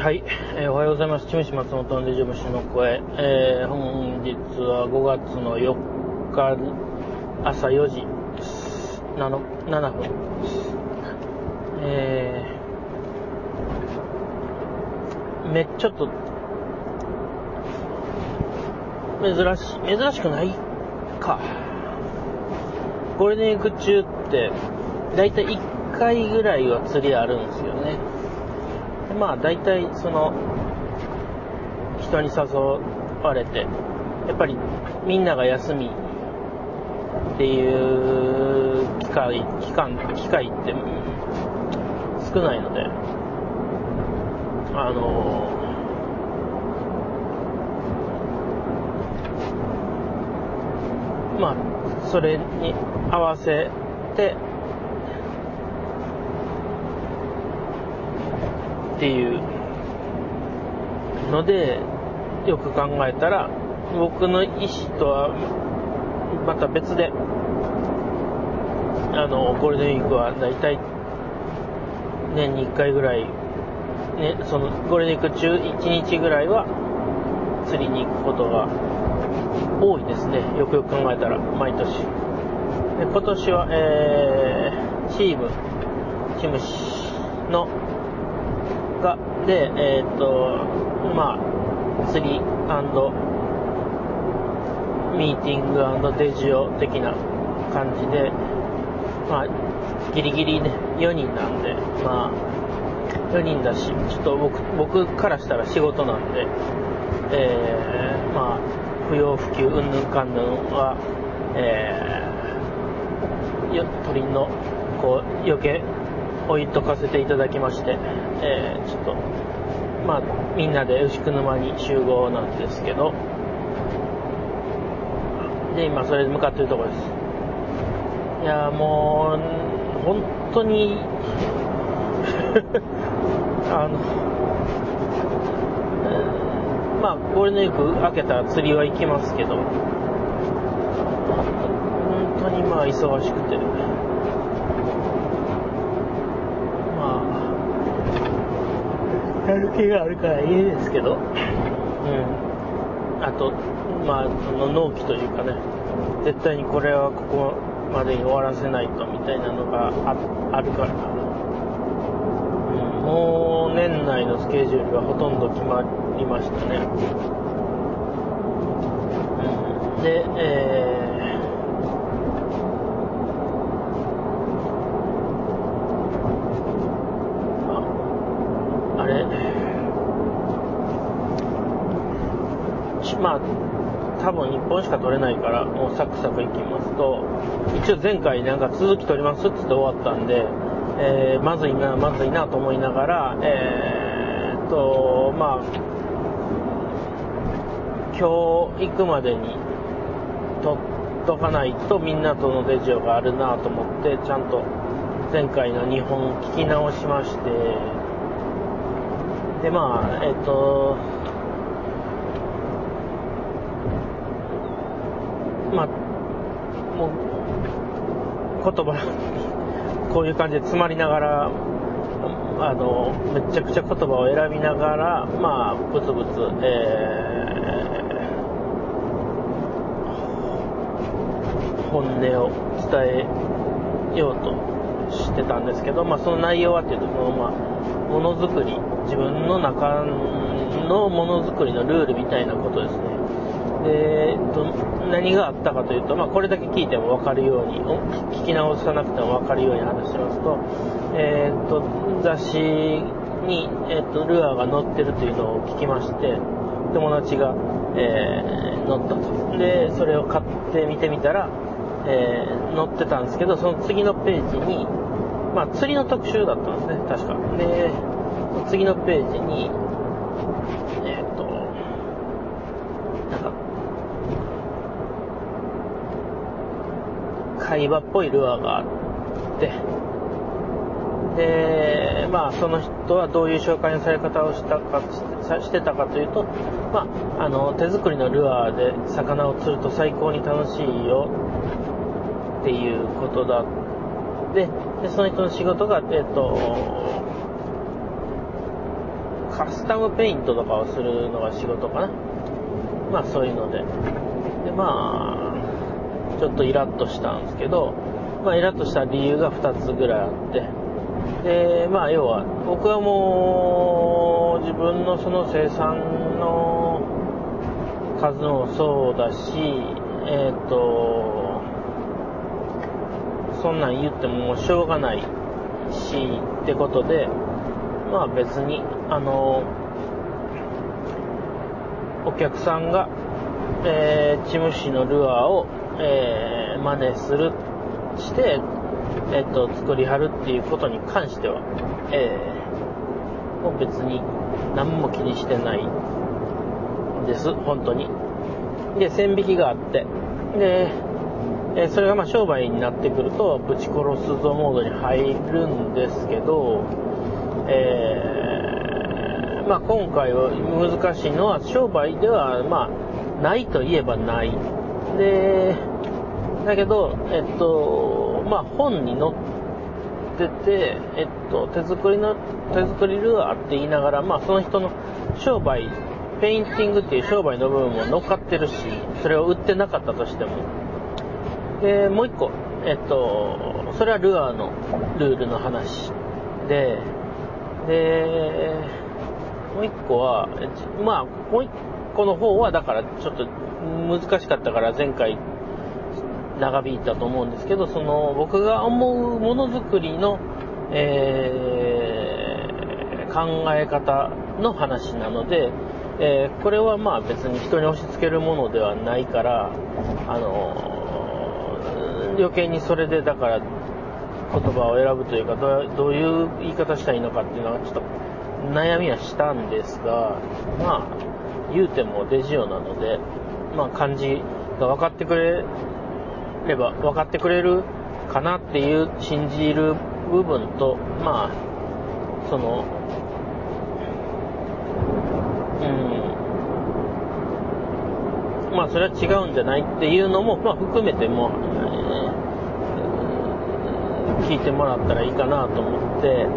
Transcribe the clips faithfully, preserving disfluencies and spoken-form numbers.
はい、えー、おはようございます。チムシ松本のデジョムシの声、えー、本日はごがつのよっか朝よじななふんです。えー、めちょっと珍しい珍しくないか。ゴールデンウィーク中ってだいたいいっかいぐらいは釣りあるんですよね。でまあだいたいその人に誘われてやっぱりみんなが休みっていう機会期間機会って少ないので、あのまあそれに合わせてっていうので、よく考えたら僕の意思とはまた別で、あのゴールデンウィークはだいたい年にいっかいぐらい、ね、そのゴールデンウィーク中いちにちぐらいは釣りに行くことが多いですね。よくよく考えたら毎年で、今年は、えー、チームチムシのがでえー、っとまあ釣り&ミーティング&デジオ的な感じで、まあギリギリねよにんなんで、まあよにんだし、ちょっと僕僕からしたら仕事なんで、えー、まあ不要不急うんぬんかんぬんは、えー、よ鳥のこう余計置いとかせていただきまして、えー、ちょっとまあみんなで牛久沼に集合なんですけど、で今それで向かっているところです。いやもう本当にあのまあゴールデンウィーク明けたら釣りは行きますけど、本当にまあ忙しくて、まあやる気があるからいいですけど、うん、あとまあその納期というかね、絶対にこれはここまでに終わらせないとみたいなのが あ, あるから、うん、もう年内のスケジュールはほとんど決まりましたね。うん、で、えー、あ, あれまあ多分いっぽんしか取れないからもうサクサクいきますと、一応前回なんか続き取りますって言って終わったんで、えー、まずいなまずいなと思いながら、えー、っとまあ今日行くまでに取っとかないとみんなとのデジオがあるなと思って、ちゃんと前回のにほん聞き直しまして、でまあえー、っとまあもう言葉こういう感じで詰まりながら、あのめちゃくちゃ言葉を選びながら、まあブツブツ、えー、本音を伝えようとしてたんですけど、まあその内容はっていうと、そのまあものづくり、自分の中のものづくりのルールみたいなことですね。で、えっと、何があったかというと、まあ、これだけ聞いても分かるように、聞き直さなくても分かるように話しますと、えー、っと雑誌に、えー、っとルアーが載ってるというのを聞きまして、友達が、えー、載ったと。でそれを買って見てみたら、えー、載ってたんですけど、その次のページに、まあ、釣りの特集だったんですね、確か。で次のページにえー、っとなんか会話っぽいルアーがあって、でまあその人はどういう紹介のされ方をしたかしてたかというと、まああの手作りのルアーで魚を釣ると最高に楽しいよっていうことだ。で、でその人の仕事がえっとカスタムペイントとかをするのが仕事かな。まあそういうので。で、まあ、ちょっとイラッとしたんですけど、まあイラッとした理由がふたつぐらいあって、で、まあ要は、僕はもう自分のその生産の数もそうだし、えっと、そんなん言ってももうしょうがないしってことで、まあ別にあのお客さんが、えー、チムシのルアーを、えー、真似するして、えっと作りはるっていうことに関しては、えー、もう別に何も気にしてないです本当に。で線引きがあって、でえそれがまあ商売になってくるとぶち殺すぞモードに入るんですけど、えー、まあ今回は難しいのは商売ではまあないといえばないで、だけどえっとまあ本に載ってて、えっと手作りの手作りルアーって言いながら、まあその人の商売ペインティングっていう商売の部分も乗っかってるし、それを売ってなかったとしても。で、もう一個、えっと、それはルアーのルールの話で、で、もう一個は、まあ、もう一個の方は、だからちょっと難しかったから前回長引いたと思うんですけど、その僕が思うものづくりの、えー、考え方の話なので、えー、これはまあ別に人に押し付けるものではないから、あの余計にそれでだから言葉を選ぶというか、どう、どういう言い方したらいいのかっていうのはちょっと悩みはしたんですが、まあ言うてもデジオなので、まあ漢字が分かってくれれば分かってくれるかなっていう信じる部分と、まあそのまあそれは違うんじゃないっていうのも、まあ、含めても、えー、聞いてもらったらいいかなと思って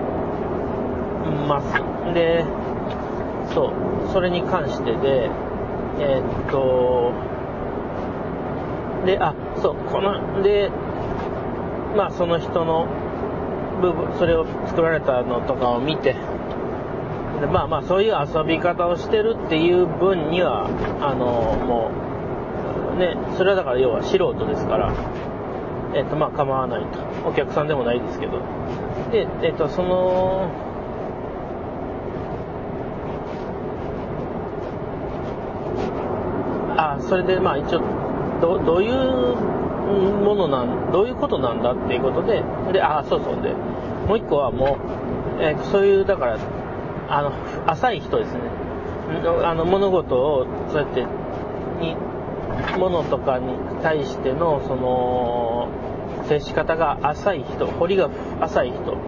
ます。で、そうそれに関してで、えー、っとであそうこのでまあその人の部分それを作られたのとかを見て。でまあまあそういう遊び方をしてるっていう分にはあのもうねそれはだから要は素人ですからえっとまあ構わないとお客さんでもないですけどでえっとそのあそれでまあ一応 ど, どういうものなんどういうことなんだっていうことでであそうそうでもう一個はもう、えー、そういうだからあの浅い人ですね。あの物事をそうやってに物とかに対してのその接し方が浅い人、彫りが浅い人、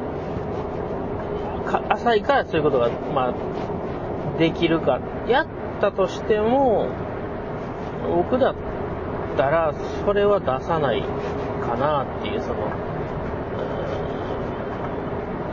か浅いからそういうことがまあできるか。やったとしても僕だったらそれは出さないかなっていうその。うん、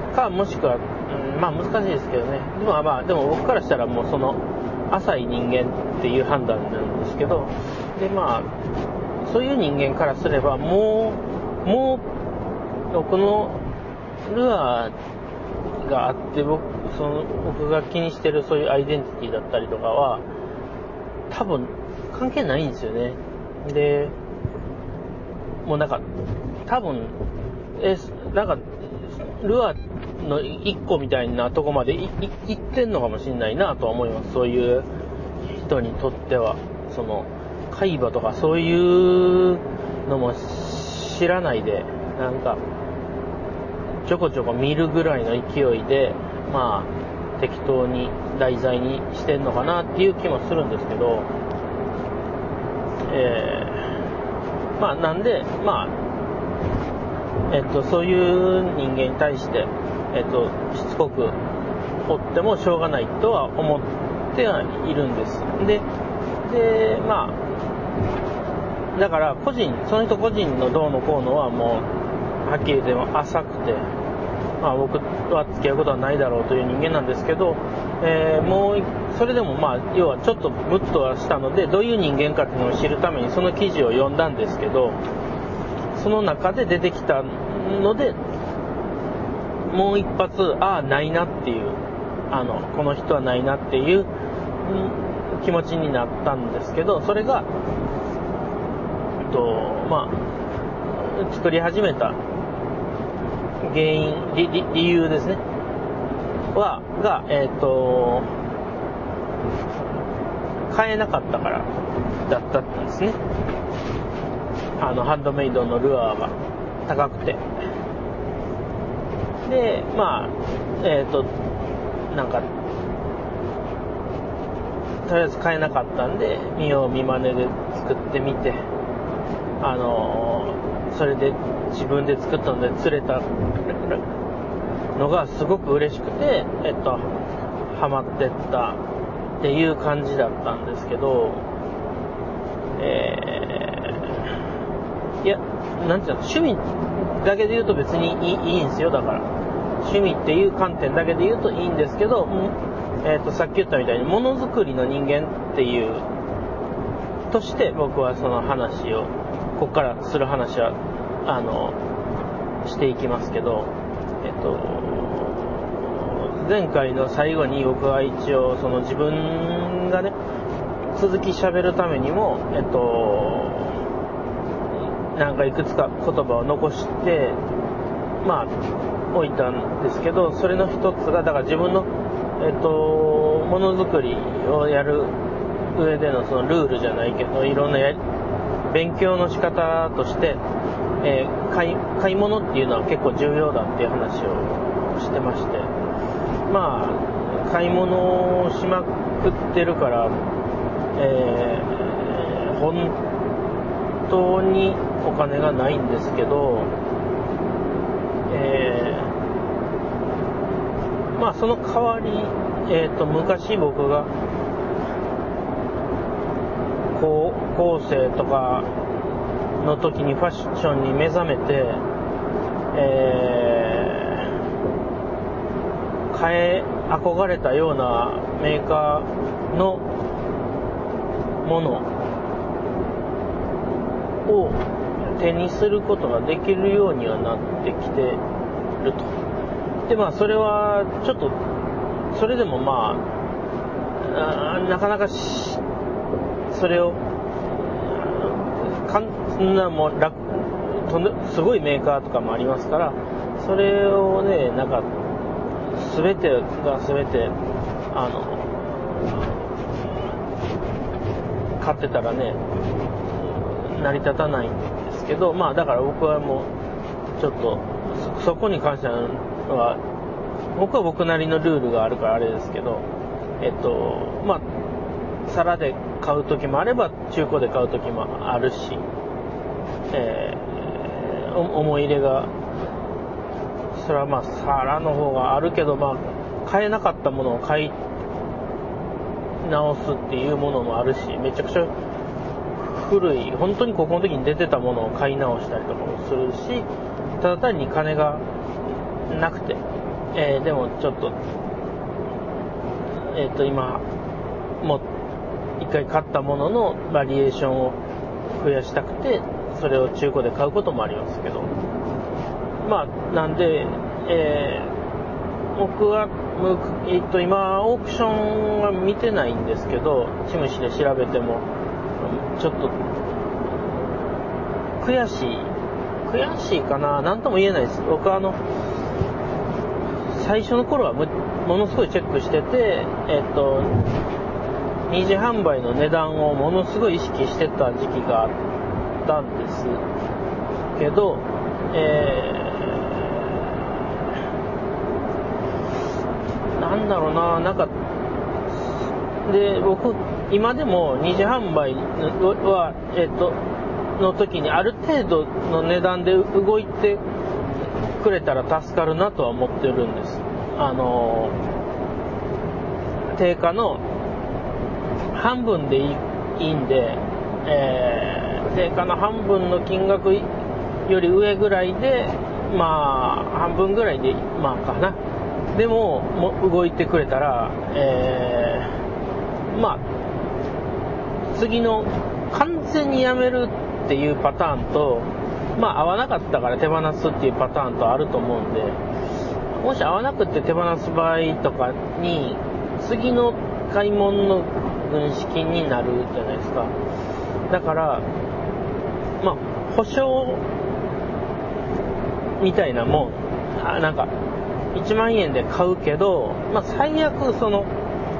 かもしくは、うん、まあ難しいですけどね。でもまあでも僕からしたらもうその浅い人間っていう判断なんですけど、でまあそういう人間からすればもうもう僕のルアーがあって僕その僕が気にしてるそういうアイデンティティだったりとかは多分関係ないんですよね。でもうなんか多分えなんかルアーの一個みたいなとこまでいいってんのかもしれないなとは思います。そういう人にとってはその海馬とかそういうのも知らないでなんかちょこちょこ見るぐらいの勢いでまあ適当に題材にしてんのかなっていう気もするんですけど、えー、まあなんでまあえっと、そういう人間に対して、えっと、しつこく追ってもしょうがないとは思ってはいるんです。で、で、まあ、だから個人、その人個人のどうのこうのはもう、はっきり言っても浅くて、 まあ、僕は付き合うことはないだろうという人間なんですけど、えー、もうそれでもまあ要はちょっとムッとはしたので、どういう人間かっていうのを知るためにその記事を読んだんですけど、その中で出てきたのでもう一発ああないなっていう、あのこの人はないなっていう気持ちになったんですけど、それがとまあ作り始めた原因 理, 理, 理由ですねはがえっ、ー、と買えなかったからだったんですね。あのハンドメイドのルアーが高くて、でまあえっ、ー、となんかとりあえず買えなかったんで見よう見まねで作ってみて、あのー、それで自分で作ったので釣れたのがすごく嬉しくて、えっとハマってったっていう感じだったんですけど、えー、いやなんていうの、趣味だけで言うと別にいい、いいんですよ。だから趣味っていう観点だけで言うといいんですけど、えー、とさっき言ったみたいにものづくりの人間っていうとして僕はその話をここからする話はあのしていきますけど、えっと前回の最後に僕は一応その自分がね続き喋るためにもえっとなんかいくつか言葉を残してまあ置いたんですけど、それの一つがだから自分のえっとものづくりをやる上でのそのルールじゃないけど、いろんなや勉強の仕方として、えー、買い、買い物っていうのは結構重要だっていう話をしてまして、まあ買い物をしまくってるから、えー、本当にお金がないんですけど、えー、まあその代わり、えーと昔僕が高校生とかの時にファッションに目覚めて、えー、買え憧れたようなメーカーのものを手にすることができるようにはなってきてると。でまあそれはちょっとそれでもまあ、あなかなかしそれをかんなもう楽とんですごいメーカーとかもありますから、それをねなんか全てが全てあの買ってたらね成り立たないんですけど、まあだから僕はもうちょっと そ, そこに関しては僕は僕なりのルールがあるからあれですけど、えっとまあ皿で買う時もあれば中古で買う時もあるし、えー、思い入れがそれはまあ皿の方があるけど、まあ買えなかったものを買い直すっていうものもあるし、めちゃくちゃ古い本当に高校の時に出てたものを買い直したりとかもするし、ただ単に金がなくて、えー、でもちょっとえっと今も一回買ったもののバリエーションを増やしたくてそれを中古で買うこともありますけど、まあなんで、えー、僕は、えっと、今オークションは見てないんですけど、チムシで調べてもちょっと悔しい悔しいかな、なんとも言えないです。僕はあの最初の頃はものすごいチェックしてて、えっと二次販売の値段をものすごい意識してた時期があったんですけど、えー、なんだろうな、なんかで僕今でも二次販売はえっとの時にある程度の値段で動いてくれたら助かるなとは思ってるんです。あの定価の半分でいい、いいんで、えー、定価の半分の金額より上ぐらいでまあ半分ぐらいでまあかな。でもも動いてくれたら、えー、まあ次の完全にやめるっていうパターンと、まあ合わなかったから手放すっていうパターンとあると思うんで、もし合わなくて手放す場合とかに次の買い物の軍資金になるじゃないですか。だからまあ保証みたいなもん、あなんかいちまんえんで買うけど、まあ最悪その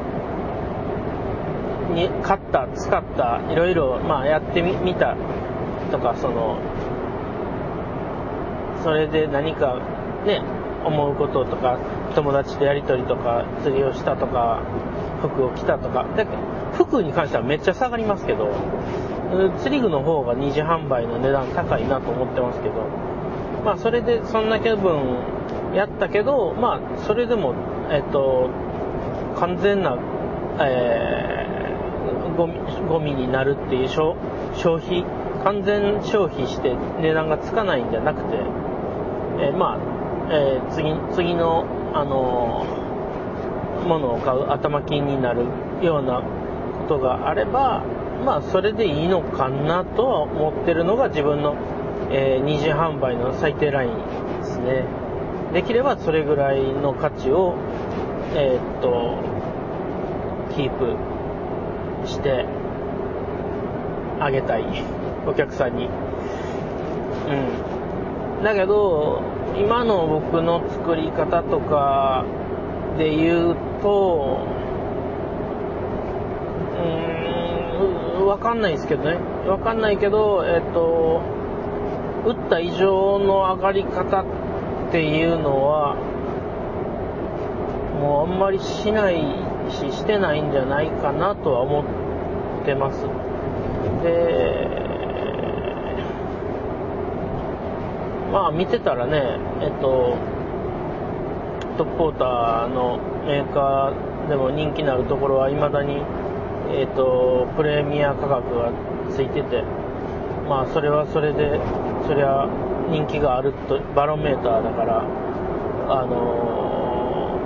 に買った使ったいろいろまあやってみ見たとか、そのそれで何かね思うこととか、友達とやり取りとか釣りをしたとか服を着たとか、だけど服に関してはめっちゃ下がりますけど、釣り具の方が二次販売の値段高いなと思ってますけど、まあそれでそんだけ分やったけど、まあそれでもえっと完全な、えー、ゴミゴミになるっていう消費完全消費して値段がつかないんじゃなくて、えー、まあ、えー、次次のあのー、ものを買う頭金になるようなことがあれば、まあそれでいいのかなとは思ってるのが自分の、えー、二次販売の最低ラインですね。できればそれぐらいの価値をえー、っとキープしてあげたいお客さんに。うん。だけど今の僕の作り方とかで言うと、うーん、わかんないですけどね。わかんないけど、えっと打った以上の上がり方っていうのはもうあんまりしないししてないんじゃないかなとは思ってます。で、まあ見てたらね、えっとトップウォーターのメーカーでも人気のあるところは未だにえっとプレミア価格がついてて、まあそれはそれでそりゃ人気があるとバロメーターだから、あの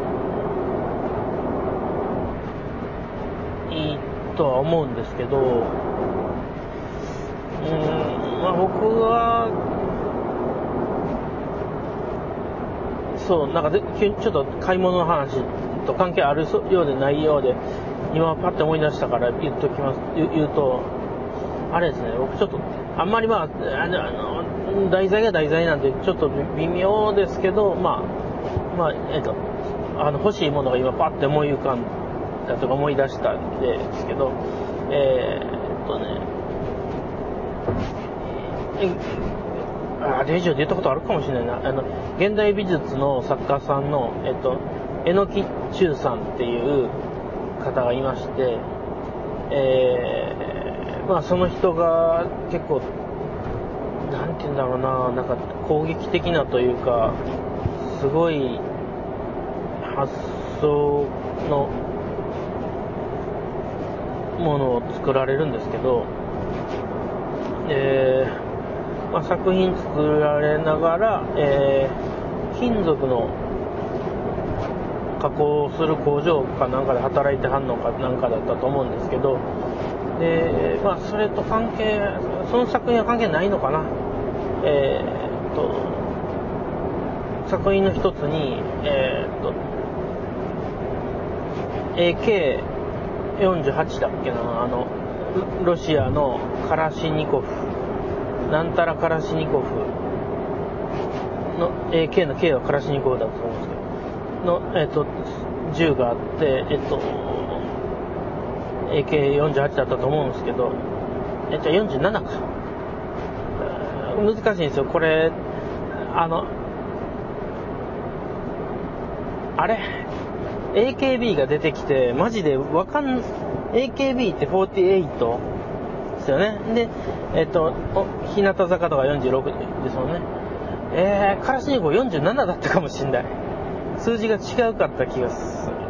ー、いいとは思うんですけど、うーん、まあ僕はそうなんかでちょっと買い物の話と関係あるようでないようで今パッて思い出したから言っときます言うと、あれですね、僕ちょっとあんまりまあ、あの題材が題材なんでちょっと微妙ですけど、まあまあえっとあの欲しいものが今パッて思い浮かんだとか思い出したんですけど、えー、っとねあレジオで言ったことあるかもしれないな。あの現代美術の作家さんのえっと榎木忠さんっていう方がいまして、えー、まあその人が結構なんて言うんだろうな、なんか攻撃的なというかすごい発想のものを作られるんですけど、えーまあ、作品作られながら、えー、金属の加工する工場かなんかで働いてはんのかなんかだったと思うんですけど、で、まあそれと関係その作品は関係ないのかな。えー、っと作品の一つに、えー、っと エーケーよんじゅうはち だっけな、あのロシアのカラシニコフなんたらカラシニコフの エーケー の K はカラシニコフだと思うんですけどの、えー、っと銃があって、えっと エーケーよんじゅうはち だったと思うんですけど、えじゃあよんじゅうななか、難しいんですよこれ。あのあれ エーケービー が出てきてマジでわかん エーケービー ってよんじゅうはちですよね。でえっと日向坂とかよんじゅうろくですもんね。えー、カラシニコフよんじゅうななだったかもしんない。数字が違うかった気がする。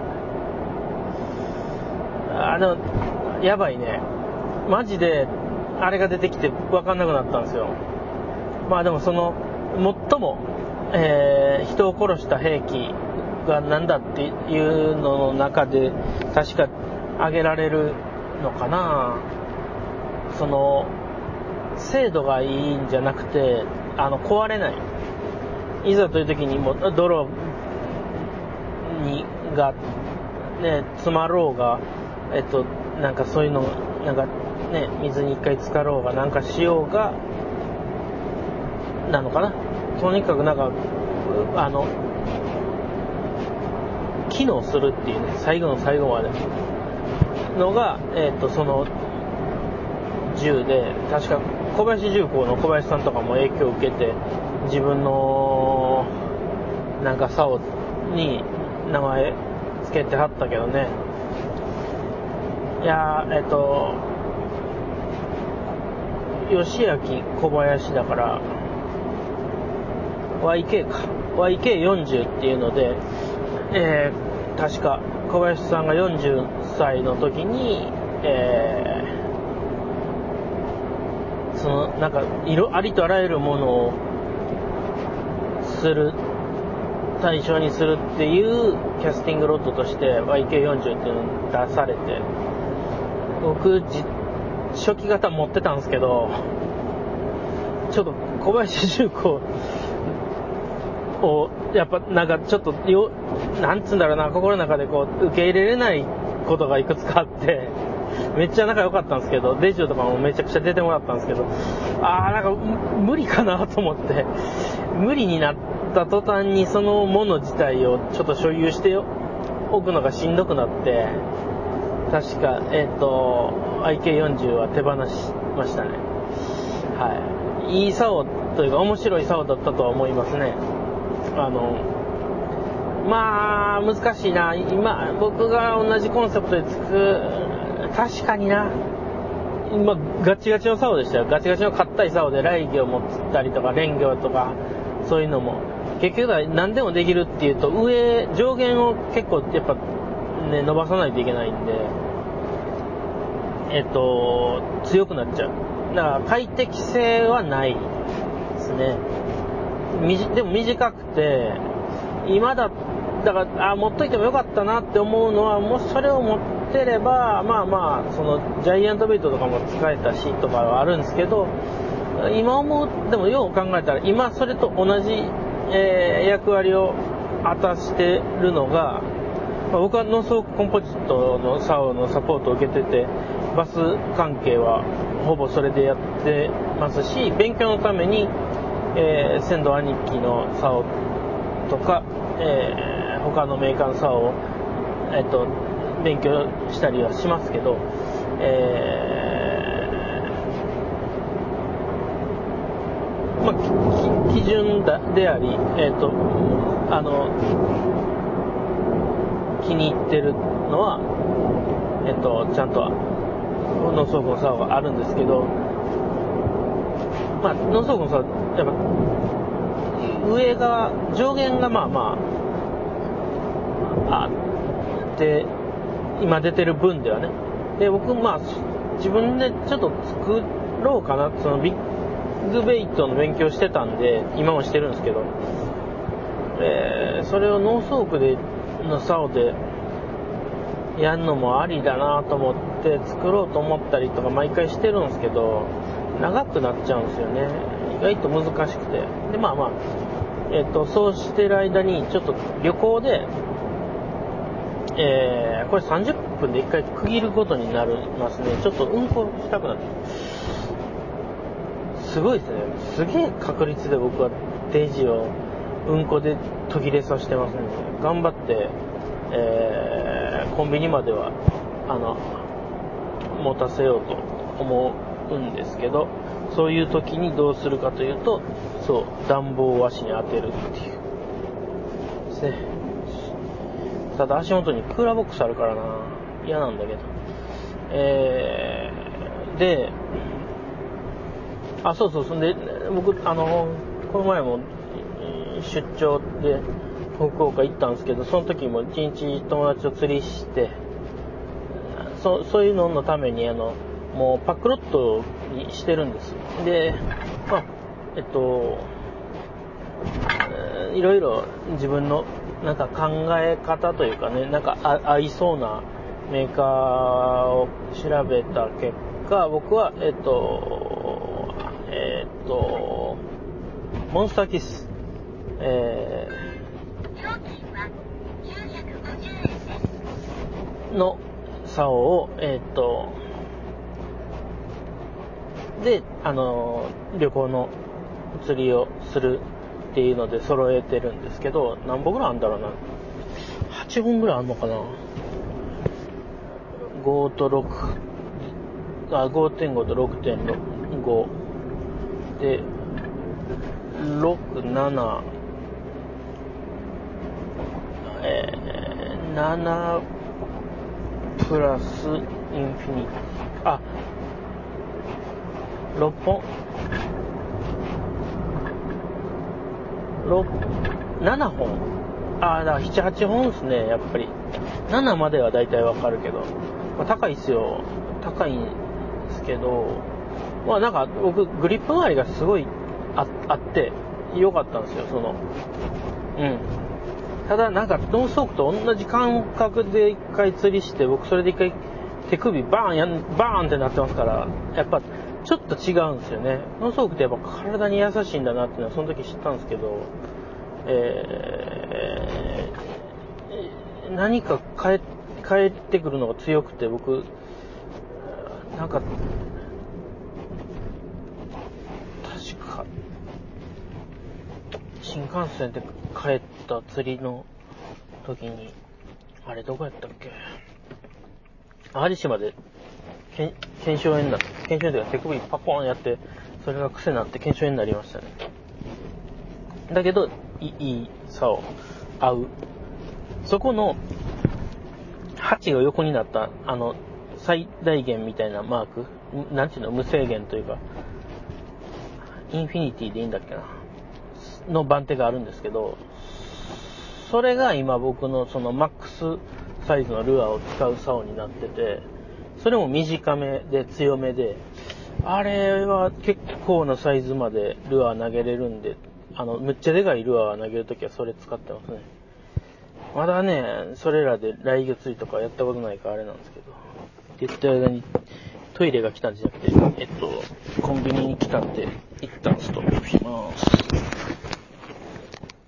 あのやばいね、マジであれが出てきて分かんなくなったんですよ。まあでもその最も、えー、人を殺した兵器がなんだっていうのの中で確か挙げられるのかな。その精度がいいんじゃなくて、あの壊れない、いざという時にも泥にがね詰まろうが、えっとなんかそういうのなんかね水に一回浸かろうがなんかしようがなのかな。とにかくなんかあの機能するっていうね、最後の最後までのが、えっとその銃で、確か小林重工の小林さんとかも影響を受けて自分のなんか竿に名前つけてはったけどね。いやーえっと吉明小林だから ワイケー か ワイケーよんじゅう っていうので、えー、確か小林さんがよんじゅっさいの時に、えー、そのなんか色ありとあらゆるものをする対象にするっていうキャスティングロッドとして ワイケーよんじゅう っていうのを出されて、僕初期型持ってたんですけど、ちょっと小林重工をやっぱなんかちょっとよなんつうんだろうな、心の中でこう受け入れれないことがいくつかあって、めっちゃ仲良かったんですけど、デジオとかもめちゃくちゃ出てもらったんですけど、あーなんか無理かなと思って、無理になった途端にそのもの自体をちょっと所有しておくのがしんどくなって、確かえっと アイケーよんじゅう は手放しましたね。はい、いい竿というか面白い竿だったとは思いますね。あのまあ難しいな。今僕が同じコンセプトでつく、確かにな、今ガチガチの竿でしたよ。ガチガチの硬い竿で雷魚も釣ったりとか連魚とかそういうのも結局は何でもできるっていうと、上上限を結構やっぱね伸ばさないといけないんで、えっと強くなっちゃう。だから快適性はないですね。でも短くて今だだからあ持っといてもよかったなって思うのは、もしそれを持ってればまあまあそのジャイアントベイトとかも使えたしとかはあるんですけど、今思うでもよう考えたら今それと同じ、えー、役割を果たしてるのが、まあ、僕はノースウォークコンポジットの竿のサポートを受けてて、バス関係はほぼそれでやってますし、勉強のために、えー、仙道兄貴の竿とか、えー、他のメーカーの竿を、えー、と勉強したりはしますけど、えーまあ、基準だであり、えー、とあの気に入ってるのは、えっと、ちゃんとノースウォークの竿があるんですけど、まあ、ノースウォークの竿やっぱ上が上限がまあまああって今出てる分ではね。で僕まあ自分でちょっと作ろうかな、そのビッグベイトの勉強してたんで今もしてるんですけど、えー、それをノースウォークでの竿でやるのもありだなと思って作ろうと思ったりとか毎回してるんですけど、長くなっちゃうんですよね。意外と難しくて、でまあまあえっとそうしてる間にちょっと旅行で、えー、これさんじゅっぷんでいっかい区切ることになりますね。ちょっとうんこしたくなって、すごいですね。すげえ確率で僕はデジをうんこで途切れさせてますね。頑張って、えー、コンビニまではあの持たせようと思うんですけど、そういう時にどうするかというと、そう暖房を足に当てるっていうですね。ただ足元にクーラーボックスあるからな、嫌なんだけど、えー、であそうそうそんで僕あのこの前も出張で福岡行ったんですけど、その時も一日友達と釣りして、そ, そういうののためにあのもうパックロットにしてるんです。で、まあ、えっといろいろ自分のなんか考え方というかね、なんか合いそうなメーカーを調べた結果、僕はえっとえっとモンスターキス、えー、の竿をえっとであの旅行の釣りをするっていうので揃えてるんですけど、何本ぐらいあるんだろうな、はちほんぐらいあるのかな。ごとろく、あ ごてんご と ろくてんご でろく、なな、えー、ななプラスインフィニティ、あろっぽん、ななほん、あだからなな、はちほんですね。やっぱりななまではだいたいわかるけど、まあ、高いっすよ。高いんですけど、まあなんか僕グリップ周りがすごい あ, あって良かったんですよ。そのうんただなんかノンストークと同じ感覚で一回釣りして、僕それで一回手首バーンやんバーンってなってますから、やっぱちょっと違うんですよね。ノンストークってやっぱ体に優しいんだなっていうのはその時知ったんですけど、えー、何か変え変えてくるのが強くて、僕なんか確か新幹線で帰った釣りの時に、あれどこやったっけ、淡路島で腱鞘炎になって、腱鞘炎というか手首パコーンやって、それが癖になって腱鞘炎になりましたね。だけどいい竿合う、そこの鉢が横になったあの最大限みたいなマーク、なんていうの、無制限というかインフィニティでいいんだっけなの番手があるんですけど、それが今僕のそのマックスサイズのルアーを使う竿になってて、それも短めで強めで、あれは結構なサイズまでルアー投げれるんで、あのむっちゃでかいルアー投げるときはそれ使ってますね。まだねそれらで来月釣りとかやったことないからあれなんですけど、って言った間にトイレが来たんじゃなくて、えっとコンビニに来たんで一旦ストップします。